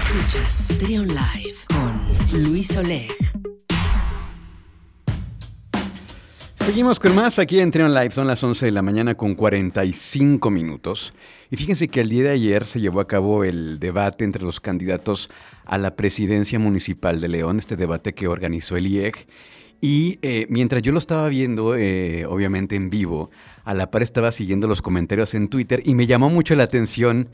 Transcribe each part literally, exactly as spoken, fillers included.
Escuchas Trion Live con Luis Oleg. Seguimos con más aquí en Trion Live. Son las once de la mañana con cuarenta y cinco minutos. Y fíjense que el día de ayer se llevó a cabo el debate entre los candidatos a la presidencia municipal de León, este debate que organizó el I E G. Y eh, mientras yo lo estaba viendo, eh, obviamente en vivo, a la par estaba siguiendo los comentarios en Twitter y me llamó mucho la atención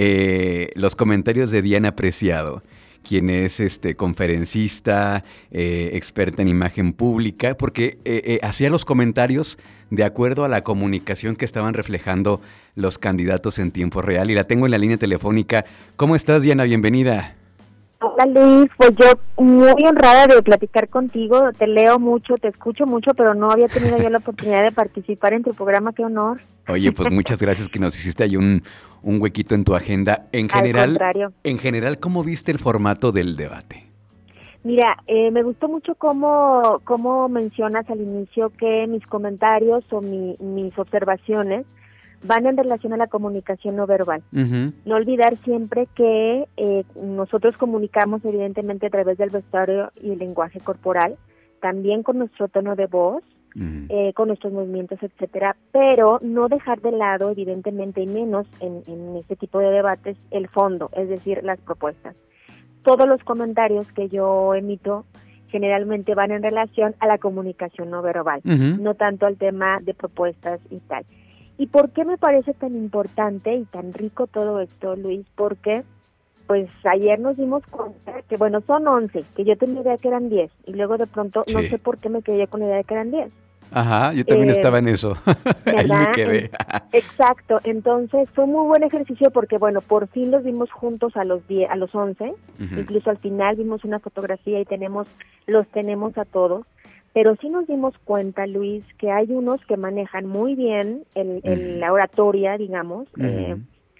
eh, los comentarios de Diana Preciado, quien es este, conferencista, eh, experta en imagen pública, porque eh, eh, hacía los comentarios de acuerdo a la comunicación que estaban reflejando los candidatos en tiempo real. Y la tengo en la línea telefónica. ¿Cómo estás, Diana? Bienvenida. Hola Luis, pues yo muy honrada de platicar contigo, te leo mucho, te escucho mucho, pero no había tenido yo la oportunidad de participar en tu programa, qué honor. Oye, pues muchas gracias que nos hiciste ahí un, un huequito en tu agenda. En general, Al contrario. En general, ¿cómo viste el formato del debate? Mira, eh, me gustó mucho cómo, cómo mencionas al inicio que mis comentarios o mi, mis observaciones van en relación a la comunicación no verbal. Uh-huh. No olvidar siempre que eh, nosotros comunicamos evidentemente a través del vestuario y el lenguaje corporal, también con nuestro tono de voz, uh-huh. eh, con nuestros movimientos, etcétera, pero no dejar de lado, evidentemente, y menos en, en este tipo de debates, el fondo, es decir, las propuestas. Todos los comentarios que yo emito generalmente van en relación a la comunicación no verbal, uh-huh. no tanto al tema de propuestas y tal. ¿Y por qué me parece tan importante y tan rico todo esto, Luis? Porque, pues, ayer nos dimos cuenta que, bueno, son once, que yo tenía idea que eran diez, y luego de pronto, sí. no sé por qué me quedé con la idea de que eran diez. Ajá, yo también eh, estaba en eso, ahí me quedé. Exacto, entonces fue muy buen ejercicio porque, bueno, por fin los vimos juntos a los diez, a los once, uh-huh. incluso al final vimos una fotografía y tenemos, los tenemos a todos. Pero sí nos dimos cuenta, Luis, que hay unos que manejan muy bien el, el, uh-huh. la oratoria, digamos, uh-huh. eh,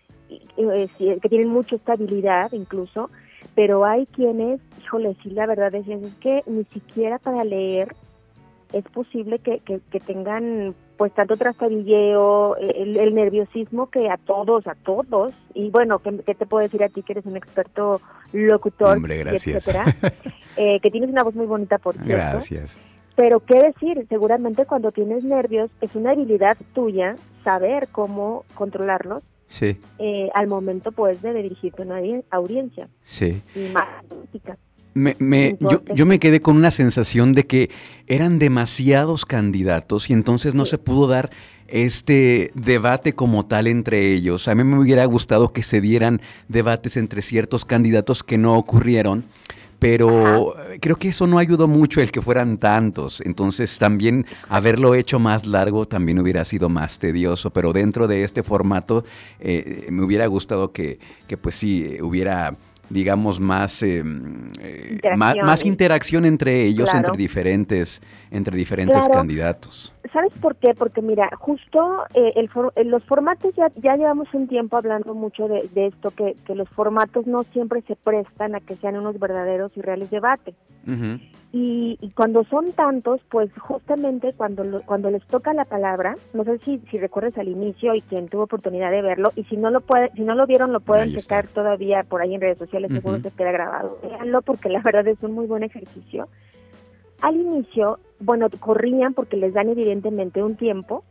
eh, que tienen mucha estabilidad incluso, pero hay quienes, híjole, sí, la verdad es, es que ni siquiera para leer es posible que, que, que tengan pues tanto trastabilleo, el, el nerviosismo que a todos, a todos, y bueno, ¿qué, qué te puedo decir a ti que eres un experto locutor, Hombre, gracias. etcétera? eh, que tienes una voz muy bonita, por cierto. Gracias. Pero qué decir, seguramente cuando tienes nervios es una habilidad tuya saber cómo controlarlos. Sí. Eh, al momento pues de dirigirte a una audiencia. Sí. Y más política. Me, me, yo, yo me quedé con una sensación de que eran demasiados candidatos y entonces no sí. se pudo dar este debate como tal entre ellos. A mí me hubiera gustado que se dieran debates entre ciertos candidatos que no ocurrieron. Pero Ajá. creo que eso no ayudó mucho el que fueran tantos. Entonces también haberlo hecho más largo también hubiera sido más tedioso. Pero dentro de este formato eh, me hubiera gustado que, que pues sí, hubiera, digamos, más, eh, más, más interacción entre ellos, claro. entre diferentes, entre diferentes claro. candidatos. ¿Sabes por qué? Porque mira, justo eh, el for, eh, los formatos, ya, ya llevamos un tiempo hablando mucho de, de esto, que, que los formatos no siempre se prestan a que sean unos verdaderos y reales debates. Uh-huh. Y, y cuando son tantos, pues justamente cuando lo, cuando les toca la palabra, no sé si, si recuerdas al inicio y quien tuvo oportunidad de verlo, y si no lo puede, si no lo vieron, lo pueden checar todavía por ahí en redes sociales, uh-huh. seguro se queda grabado. Véanlo porque la verdad es un muy buen ejercicio. Al inicio, bueno, corrían porque les dan evidentemente un tiempo,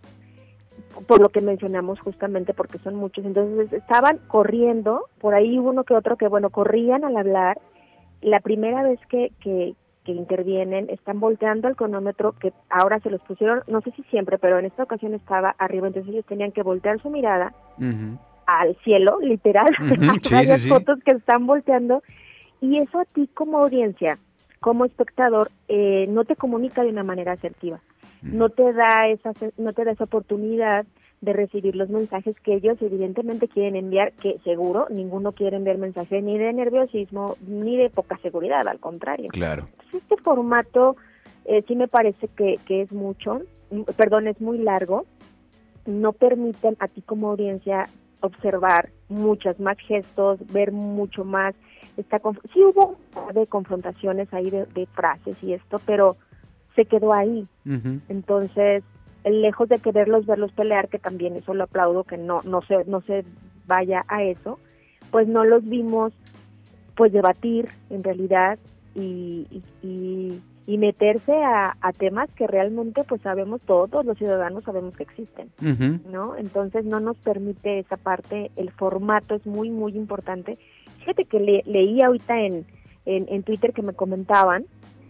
por lo que mencionamos justamente porque son muchos, entonces estaban corriendo, por ahí uno que otro que, bueno, corrían al hablar, la primera vez que, que, que intervienen, están volteando el cronómetro, que ahora se los pusieron, no sé si siempre, pero en esta ocasión estaba arriba, entonces ellos tenían que voltear su mirada uh-huh. al cielo, literal, uh-huh. sí, hay sí, sí. fotos que están volteando, y eso a ti como audiencia, como espectador, eh, no te comunica de una manera asertiva, no te da esa no te da esa oportunidad de recibir los mensajes que ellos evidentemente quieren enviar, que seguro ninguno quiere enviar mensajes ni de nerviosismo ni de poca seguridad, al contrario. Claro. Entonces, este formato eh, sí me parece que, que es mucho, perdón, es muy largo, no permiten a ti como audiencia observar muchos más gestos, ver mucho más. Esta conf- sí hubo de confrontaciones ahí de, de frases y esto, pero se quedó ahí. Uh-huh. Entonces, lejos de quererlos verlos pelear, que también eso lo aplaudo, que no no se no se vaya a eso, pues no los vimos pues debatir en realidad y, y, y, y meterse a, a temas que realmente pues sabemos todos los ciudadanos sabemos que existen, uh-huh. ¿no? Entonces no nos permite esa parte, el formato es muy muy importante. Fíjate que le, leí ahorita en, en, en Twitter que me comentaban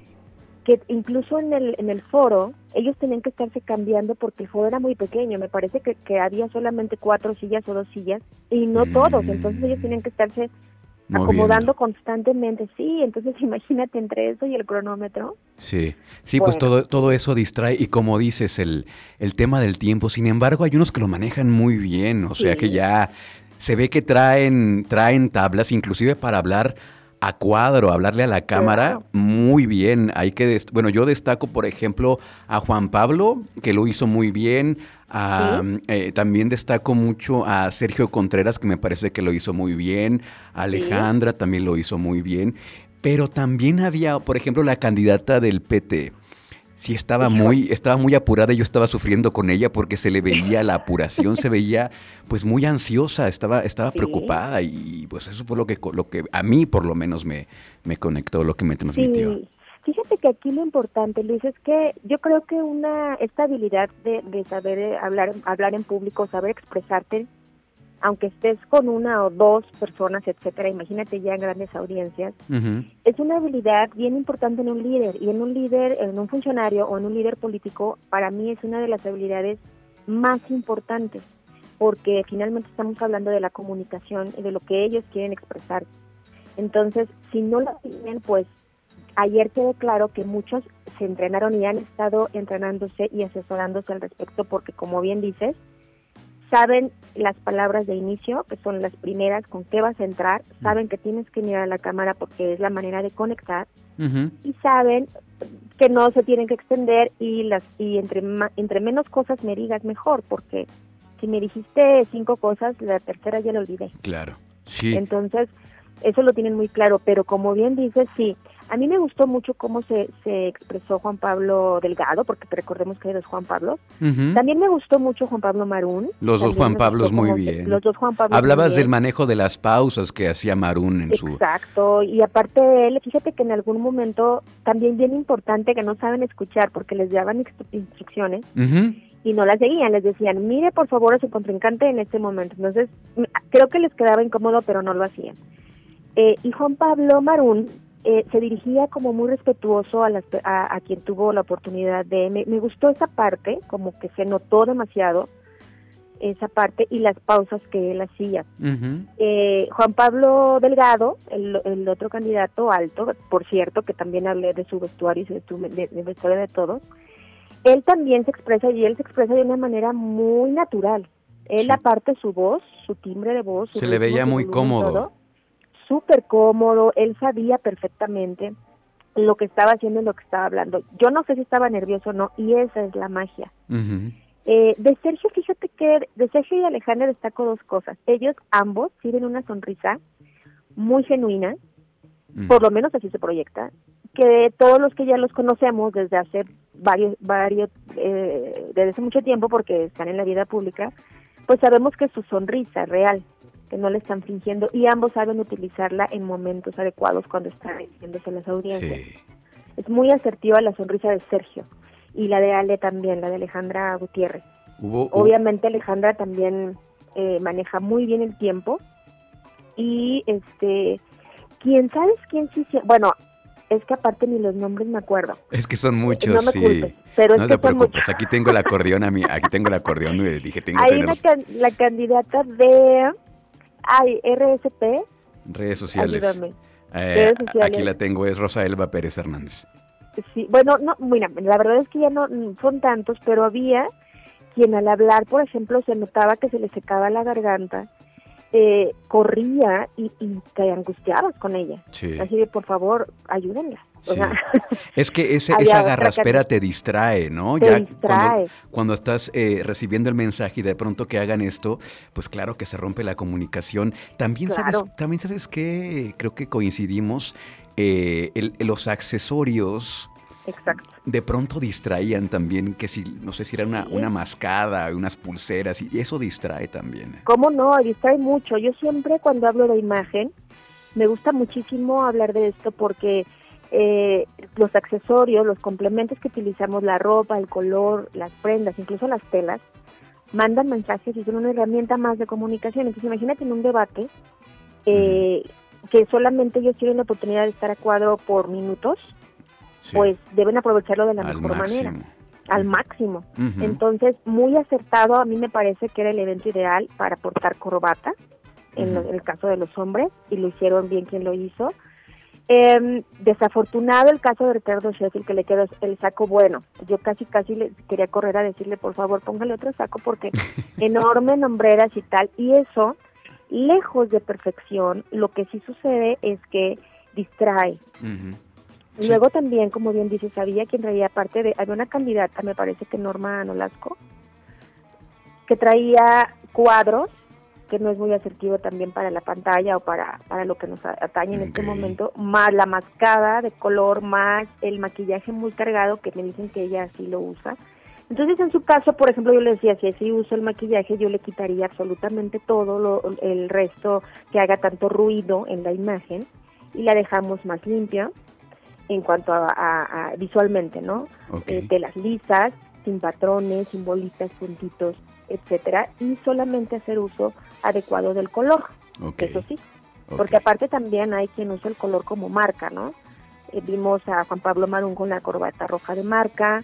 que incluso en el en el foro ellos tenían que estarse cambiando porque el foro era muy pequeño, me parece que, que había solamente cuatro sillas o dos sillas y no mm. todos, entonces ellos tenían que estarse moviendo, acomodando constantemente, sí, entonces imagínate entre eso y el cronómetro. Sí, sí, bueno. pues todo todo eso distrae y como dices, el, el tema del tiempo, sin embargo hay unos que lo manejan muy bien, o sí. sea que ya se ve que traen, traen tablas, inclusive para hablar a cuadro, hablarle a la cámara, claro. muy bien. Hay que dest- bueno, yo destaco, por ejemplo, a Juan Pablo, que lo hizo muy bien. A, ¿sí? eh, también destaco mucho a Sergio Contreras, que me parece que lo hizo muy bien. A Alejandra ¿sí? también lo hizo muy bien. Pero también había, por ejemplo, la candidata del P T. Sí, estaba muy, estaba muy apurada y yo estaba sufriendo con ella porque se le veía la apuración, se veía pues muy ansiosa, estaba, estaba sí. preocupada y pues eso fue lo que, lo que a mí por lo menos me, me conectó, lo que me transmitió. Sí. Fíjate que aquí lo importante, Luis, es que yo creo que una esta habilidad de, de saber hablar, hablar en público, saber expresarte, aunque estés con una o dos personas, etcétera, imagínate ya en grandes audiencias, uh-huh. es una habilidad bien importante en un líder, y en un líder, en un funcionario o en un líder político, para mí es una de las habilidades más importantes, porque finalmente estamos hablando de la comunicación y de lo que ellos quieren expresar. Entonces, si no lo tienen, pues, ayer quedó claro que muchos se entrenaron y han estado entrenándose y asesorándose al respecto, porque como bien dices, saben las palabras de inicio, que son las primeras, con qué vas a entrar, saben que tienes que mirar a la cámara porque es la manera de conectar, uh-huh. y saben que no se tienen que extender y las y entre ma, entre menos cosas me digas mejor, porque si me dijiste cinco cosas, la tercera ya la olvidé. Claro, sí. Entonces, eso lo tienen muy claro, pero como bien dices, sí. A mí me gustó mucho cómo se, se expresó Juan Pablo Delgado, porque recordemos que hay dos Juan Pablos. Uh-huh. También me gustó mucho Juan Pablo Marún. Los dos Juan Pablos muy bien. Se, los dos Juan Pablos Hablabas del manejo de las pausas que hacía Marún en Exacto. su... Exacto, y aparte de él, fíjate que en algún momento también bien importante que no saben escuchar, porque les daban instrucciones uh-huh. y no las seguían, les decían, mire por favor a su contrincante en este momento. Entonces, creo que les quedaba incómodo, pero no lo hacían. Eh, y Juan Pablo Marún Eh, se dirigía como muy respetuoso a, las, a, a quien tuvo la oportunidad de... Me, me gustó esa parte, como que se notó demasiado esa parte y las pausas que él hacía. Uh-huh. Eh, Juan Pablo Delgado, el, el otro candidato alto, por cierto, que también hablé de su vestuario y de su de, de vestuario de todos, él también se expresa y él se expresa de una manera muy natural. Él sí. aparte su voz, su timbre de voz... Su se le veía muy cómodo. Todo, súper cómodo, él sabía perfectamente lo que estaba haciendo y lo que estaba hablando. Yo no sé si estaba nervioso o no, y esa es la magia. Uh-huh. Eh, de Sergio, fíjate que de Sergio y Alejandra destaco dos cosas. Ellos ambos tienen una sonrisa muy genuina, uh-huh. por lo menos así se proyecta, que todos los que ya los conocemos desde hace varios, varios eh, desde hace mucho tiempo, porque están en la vida pública, pues sabemos que es su sonrisa real, que no le están fingiendo, y ambos saben utilizarla en momentos adecuados cuando están haciéndose las audiencias. Sí. Es muy asertiva la sonrisa de Sergio, y la de Ale también, la de Alejandra Gutiérrez. Hubo, hubo... Obviamente Alejandra también eh, maneja muy bien el tiempo, y este, ¿quién sabes quién sí? Bueno, es que aparte ni los nombres me acuerdo. Es que son muchos, no me sí. Culpes, pero no es te que preocupes, muchos. aquí tengo el acordeón a mí, aquí tengo el acordeón y dije, tengo Hay que una tener... can- la candidata de... Ay, R S P. Redes sociales. Ayúdame. Eh, Redes sociales. Aquí la tengo, es Rosa Elba Pérez Hernández. Sí, bueno, no, mira, la verdad es que ya no son tantos, pero había quien al hablar, por ejemplo, se notaba que se le secaba la garganta, eh, corría y, y te angustiabas con ella. Sí. Así de, por favor, ayúdenla. Sí. O sea, es que ese, esa garraspera te distrae, ¿no? Te ya distrae. Cuando, cuando estás eh, recibiendo el mensaje y de pronto que hagan esto, pues claro que se rompe la comunicación. También claro. sabes, también sabes que creo que coincidimos, eh, el, los accesorios. Exacto. De pronto distraían también, que si, no sé si era una, sí. una mascada, unas pulseras, y eso distrae también. ¿Cómo no? Distrae mucho. Yo siempre cuando hablo de imagen, Me gusta muchísimo hablar de esto porque eh, los accesorios, los complementos que utilizamos, la ropa, el color, las prendas, incluso las telas, mandan mensajes y son una herramienta más de comunicación. Entonces imagínate en un debate eh, uh-huh. que solamente ellos tienen la oportunidad de estar a cuadro por minutos, sí. pues deben aprovecharlo de la Al mejor máximo. manera. Al máximo. Uh-huh. Entonces, muy acertado, a mí me parece que era el evento ideal para portar corbata, en, uh-huh. lo, en el caso de los hombres, y lo hicieron bien quien lo hizo. Eh, desafortunado el caso de Ricardo Sheffield, que le quedó el saco bueno. Yo casi, casi le quería correr a decirle, por favor, póngale otro saco, porque enorme hombreras y tal, y eso, lejos de perfección, lo que sí sucede es que distrae. Uh-huh. Sí. Luego también, como bien dices, había quien traía parte de, había una candidata, me parece que Norma Nolasco, que traía cuadros, que no es muy asertivo también para la pantalla o para, para lo que nos atañe en okay. este momento, más la mascada de color, más el maquillaje muy cargado, que me dicen que ella así lo usa. Entonces, en su caso, por ejemplo, yo le decía, si así uso el maquillaje, yo le quitaría absolutamente todo lo, el resto que haga tanto ruido en la imagen y la dejamos más limpia. En cuanto a, a, a visualmente, ¿no? Okay. Eh, telas lisas, sin patrones, sin bolitas, puntitos, etcétera, y solamente hacer uso adecuado del color, okay. eso sí, okay. porque aparte también hay quien usa el color como marca, ¿no? Eh, vimos a Juan Pablo Marún con la corbata roja de marca,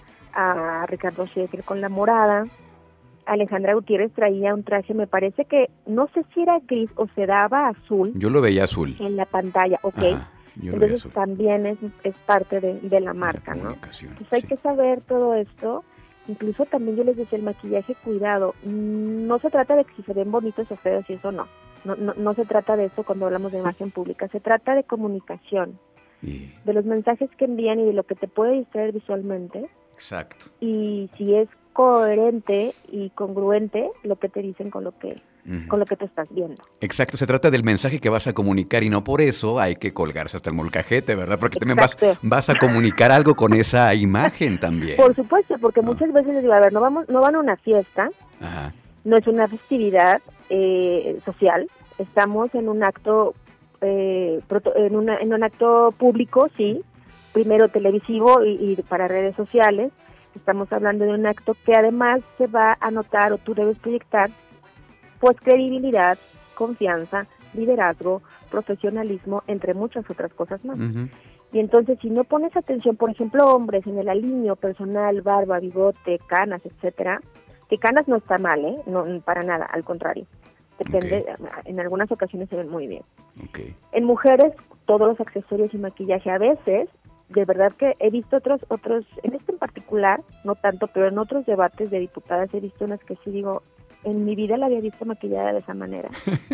a Ricardo Sheffield con la morada, Alejandra Gutiérrez traía un traje, me parece que, no sé si era gris o se daba azul. Yo lo veía azul. En la pantalla, ok. Ajá. Entonces también es, es parte de, de la marca, ¿no? Entonces hay sí. que saber todo esto. Incluso también yo les decía, el maquillaje, cuidado. No se trata de que si se ven bonitos o feos y eso no. No, no, no se trata de eso cuando hablamos de imagen pública. Se trata de comunicación. Y... de los mensajes que envían y de lo que te puede distraer visualmente. Exacto. Y si es coherente y congruente lo que te dicen con lo que... Uh-huh. con lo que te estás viendo. Exacto, se trata del mensaje que vas a comunicar y no por eso hay que colgarse hasta el molcajete, ¿verdad? Porque Exacto. también vas, vas a comunicar algo con esa imagen también. Por supuesto, porque no. muchas veces les digo, a ver, no vamos, no van a una fiesta, Ajá. no es una festividad eh, social, estamos en un acto eh, en, una, en un acto público, sí, primero televisivo y, y para redes sociales, estamos hablando de un acto que además se va a notar o tú debes proyectar pues credibilidad, confianza, liderazgo, profesionalismo, entre muchas otras cosas más. Uh-huh. Y entonces, si no pones atención, por ejemplo, hombres, en el alineo personal, barba, bigote, canas, etcétera, que canas no está mal, ¿eh? No, para nada, al contrario. Depende, okay. en algunas ocasiones se ven muy bien. Okay. En mujeres, todos los accesorios y maquillaje, a veces, de verdad que he visto otros, otros, en este en particular, no tanto, pero en otros debates de diputadas he visto unas que sí digo, en mi vida la había visto maquillada de esa manera.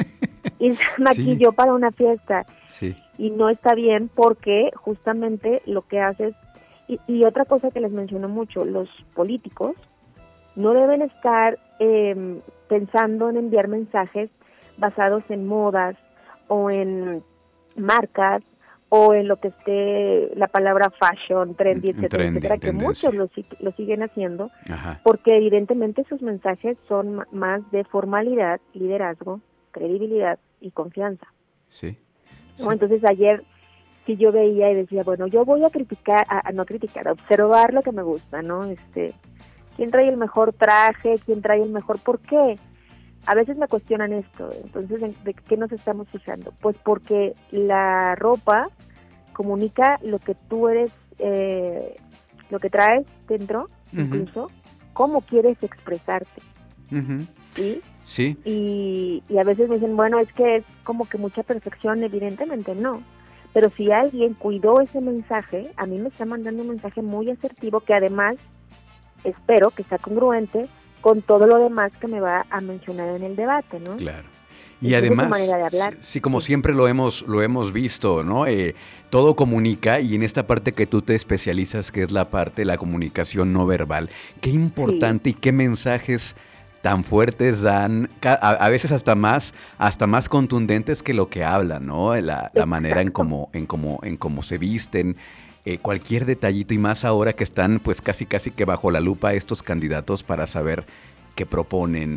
Y se maquilló sí. para una fiesta. Sí. Y no está bien porque justamente lo que haces... Y, y otra cosa que les menciono mucho, los políticos no deben estar eh, pensando en enviar mensajes basados en modas o en marcas o en lo que esté la palabra fashion, trendy, etcétera, trendy, etcétera, que muchos lo, lo siguen haciendo, Ajá. porque evidentemente sus mensajes son más de formalidad, liderazgo, credibilidad y confianza. Sí. sí. ¿No? Entonces ayer sí yo veía y decía, bueno, yo voy a criticar, a, a no criticar, a observar lo que me gusta, ¿no? Este, ¿quién trae el mejor traje? ¿Quién trae el mejor? ¿Por qué? A veces me cuestionan esto, entonces, ¿de qué nos estamos fijando? Pues porque la ropa comunica lo que tú eres, eh, lo que traes dentro, uh-huh. incluso, cómo quieres expresarte, uh-huh. ¿sí? Sí. Y, y a veces me dicen, bueno, es que es como que mucha perfección, evidentemente no. Pero si alguien cuidó ese mensaje, a mí me está mandando un mensaje muy asertivo que además espero que sea congruente con todo lo demás que me va a mencionar en el debate, ¿no? Claro. Y además, sí, como sí. siempre lo hemos lo hemos visto, ¿no? Eh, todo comunica y en esta parte que tú te especializas, que es la parte de la comunicación no verbal, qué importante sí. y qué mensajes tan fuertes dan, a, a veces hasta más hasta más contundentes que lo que hablan, ¿no? La, la manera en cómo en cómo en cómo se visten. Eh, cualquier detallito y más ahora que están pues casi casi que bajo la lupa estos candidatos para saber qué proponen,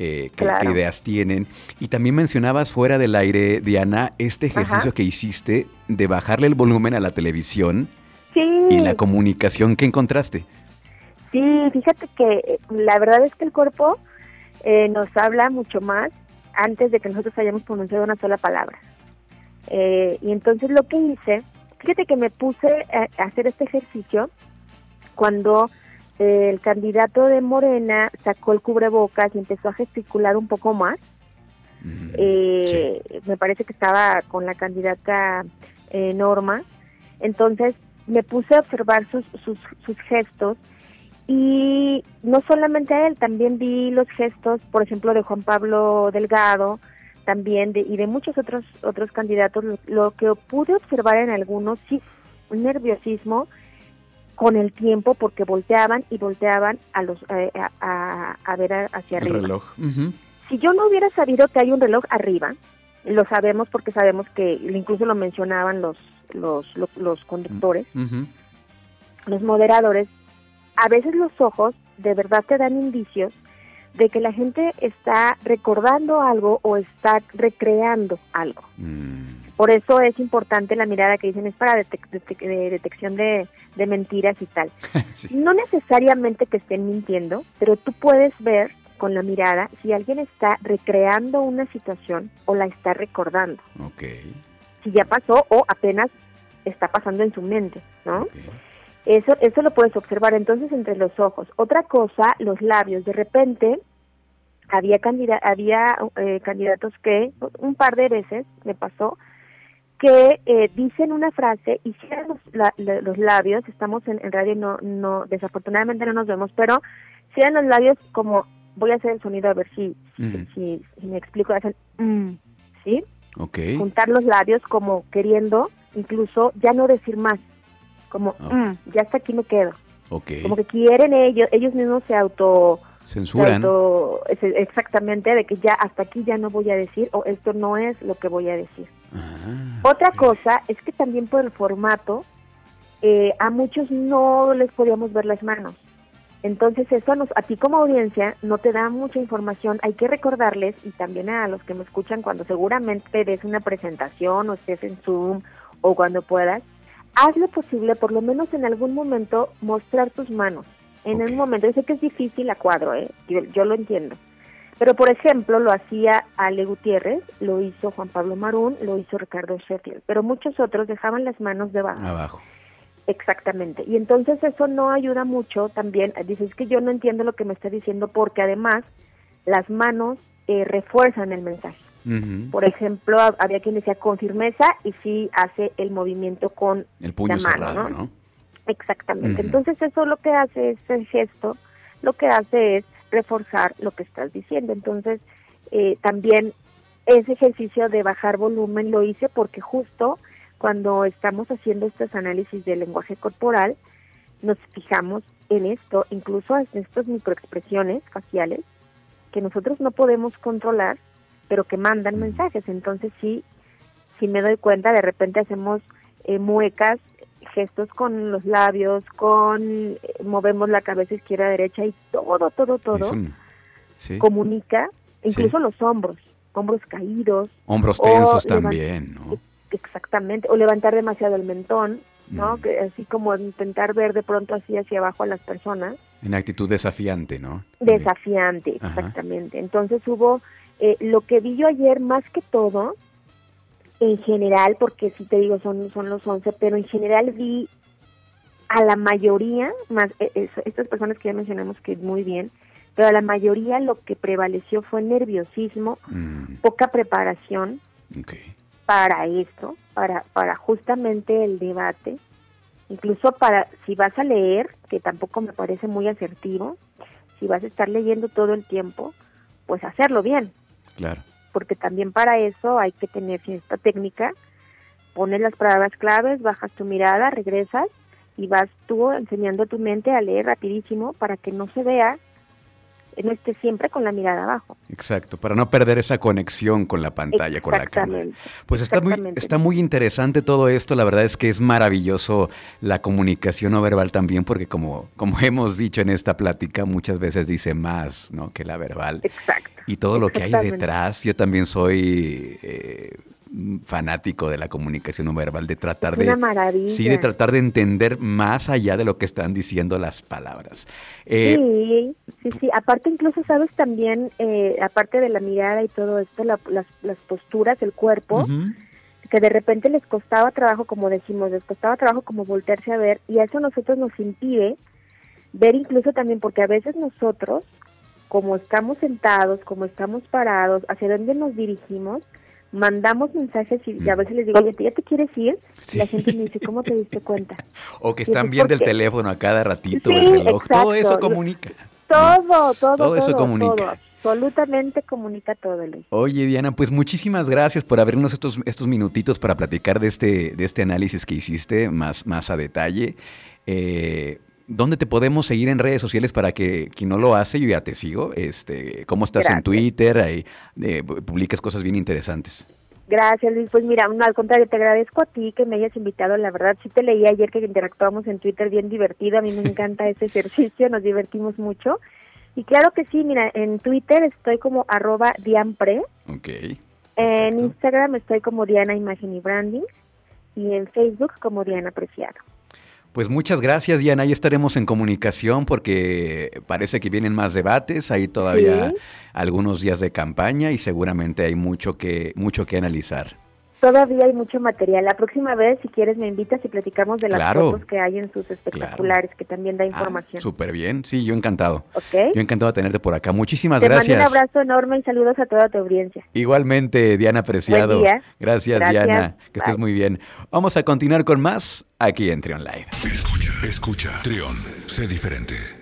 eh, qué, Claro. qué ideas tienen. Y también mencionabas fuera del aire, Diana, este ejercicio Ajá. que hiciste de bajarle el volumen a la televisión Sí. y la comunicación que encontraste. Sí, fíjate que eh, la verdad es que el cuerpo eh, nos habla mucho más antes de que nosotros hayamos pronunciado una sola palabra. Eh, y entonces lo que hice, fíjate que me puse a, a hacer este ejercicio cuando eh, el candidato de Morena sacó el cubrebocas y empezó a gesticular un poco más. Mm, Eh, sí. Me parece que estaba con la candidata eh, Norma. Entonces me puse a observar sus, sus, sus gestos. Y no solamente a él, también vi los gestos, por ejemplo, de Juan Pablo Delgado, también de, y de muchos otros otros candidatos. Lo, lo que pude observar en algunos, sí, un nerviosismo con el tiempo, porque volteaban y volteaban a los eh, a, a, a ver a, hacia El arriba. reloj. Uh-huh. Si yo no hubiera sabido que hay un reloj arriba, lo sabemos porque sabemos que incluso lo mencionaban los los los, los conductores, Uh-huh. los moderadores. A veces los ojos de verdad te dan indicios de que la gente está recordando algo o está recreando algo. Mm. Por eso es importante la mirada que dicen es para detec- detec- de detección de, de mentiras y tal. Sí. No necesariamente que estén mintiendo, pero tú puedes ver con la mirada si alguien está recreando una situación o la está recordando. Ok. Si ya pasó o apenas está pasando en su mente, ¿no? Okay. Eso, eso lo puedes observar entonces entre los ojos. Otra cosa, los labios. De repente había candida- había eh, candidatos que un par de veces me pasó que eh, dicen una frase y cierran los, la, la, los labios. Estamos en, en radio, no, no, desafortunadamente no nos vemos, pero cierran los labios como voy a hacer el sonido a ver si, Uh-huh. si, si, si me explico. Hacen mm, ¿sí? Okay. Juntar los labios como queriendo incluso ya no decir más. Como, Okay. mm, ya hasta aquí me quedo. Okay. Como que quieren ellos, ellos mismos se auto... Censuran. Se auto, exactamente, de que ya hasta aquí ya no voy a decir, o esto no es lo que voy a decir. Ah, Otra okay. cosa es que también por el formato, eh, a muchos no les podíamos ver las manos. Entonces eso nos, a ti como audiencia no te da mucha información. Hay que recordarles, y también a los que me escuchan, cuando seguramente ves una presentación o estés en Zoom o cuando puedas, haz lo posible, por lo menos en algún momento, mostrar tus manos. En Okay. un momento, yo sé que es difícil a cuadro, ¿eh? yo, yo lo entiendo. Pero, por ejemplo, lo hacía Ale Gutiérrez, lo hizo Juan Pablo Marún, lo hizo Ricardo Sheffield, pero muchos otros dejaban las manos debajo. Abajo. Exactamente. Y entonces eso no ayuda mucho también. Dices que yo no entiendo lo que me está diciendo porque además las manos eh, refuerzan el mensaje. Uh-huh. Por ejemplo, había quien decía con firmeza y sí hace el movimiento con el puño la mano, cerrado, ¿no? ¿no? Exactamente. Uh-huh. Entonces eso lo que hace, ese gesto, lo que hace es reforzar lo que estás diciendo. Entonces eh, también ese ejercicio de bajar volumen lo hice porque justo cuando estamos haciendo estos análisis del lenguaje corporal nos fijamos en esto, incluso en estas microexpresiones faciales que nosotros no podemos controlar, pero que mandan mensajes. Entonces sí, sí me doy cuenta, de repente hacemos eh, muecas, gestos con los labios, con eh, movemos la cabeza izquierda derecha y todo, todo, todo un... sí. comunica, incluso sí. los hombros, hombros caídos. Hombros tensos también, ¿no? Exactamente, o levantar demasiado el mentón, ¿no? Mm. Que así como intentar ver de pronto así hacia abajo a las personas. En actitud desafiante, ¿no? Desafiante, de... exactamente. Ajá. Entonces hubo, eh, lo que vi yo ayer más que todo, en general, porque sí te digo, son, son los once, pero en general vi a la mayoría, más eh, estas personas que ya mencionamos que muy bien, pero a la mayoría lo que prevaleció fue nerviosismo, mm. poca preparación okay. para esto, para, para justamente el debate, incluso para, si vas a leer, que tampoco me parece muy asertivo, si vas a estar leyendo todo el tiempo, pues hacerlo bien. Claro. Porque también para eso hay que tener cierta técnica, pones las palabras claves, bajas tu mirada, regresas y vas tú enseñando a tu mente a leer rapidísimo para que no se vea no estés siempre con la mirada abajo. Exacto, para no perder esa conexión con la pantalla, con la cámara. Pues está muy, está muy interesante todo esto, la verdad es que es maravilloso la comunicación no verbal también, porque como, como hemos dicho en esta plática, muchas veces dice más, ¿no?, que la verbal. Exacto. Y todo lo que hay detrás, yo también soy eh, fanático de la comunicación no verbal, de tratar es de... Una maravilla. Sí, de tratar de entender más allá de lo que están diciendo las palabras. Eh, sí, sí, sí. Aparte incluso sabes también, eh, aparte de la mirada y todo esto, la, las, las posturas, el cuerpo, uh-huh. que de repente les costaba trabajo, como decimos, les costaba trabajo como voltearse a ver, y a eso nosotros nos impide ver incluso también, porque a veces nosotros, como estamos sentados, como estamos parados, hacia dónde nos dirigimos, mandamos mensajes y a veces les digo, oye, ¿ya te quieres ir? Sí. Y la gente me dice, ¿cómo te diste cuenta? O que están viendo el teléfono a cada ratito, sí, el reloj, exacto. Todo eso comunica. Todo, todo, todo. Todo eso comunica. Todo, absolutamente comunica todo, Luis. Oye, Diana, pues muchísimas gracias por abrirnos estos, estos minutitos para platicar de este, de este análisis que hiciste más, más a detalle. Eh... ¿Dónde te podemos seguir en redes sociales para que quien no lo hace, yo ya te sigo? Este, ¿Cómo estás Gracias. en Twitter? Ahí eh, publicas cosas bien interesantes. Gracias, Luis. Pues mira, no, al contrario, te agradezco a ti que me hayas invitado. La verdad, sí te leí ayer que interactuamos en Twitter, bien divertido. A mí me encanta ese ejercicio, nos divertimos mucho. Y claro que sí, mira, en Twitter estoy como arroba dianpre. Ok. En Instagram estoy como Diana Imagen y Branding. Y en Facebook como Diana Preciado. Pues muchas gracias, Diana. Ahí estaremos en comunicación porque parece que vienen más debates. Hay todavía sí. algunos días de campaña y seguramente hay mucho que mucho que analizar. Todavía hay mucho material. La próxima vez, si quieres, me invitas y platicamos de las claro. fotos que hay en sus espectaculares, claro. que también da información. Ah, súper bien. Sí, yo encantado. Okay. Yo encantado de tenerte por acá. Muchísimas Te gracias. Te mando un abrazo enorme y saludos a toda tu audiencia. Igualmente, Diana Preciado. Buen día. Gracias, gracias, Diana. Que Bye. estés muy bien. Vamos a continuar con más aquí en Trion Live. Escucha, escucha. Trion, sé diferente.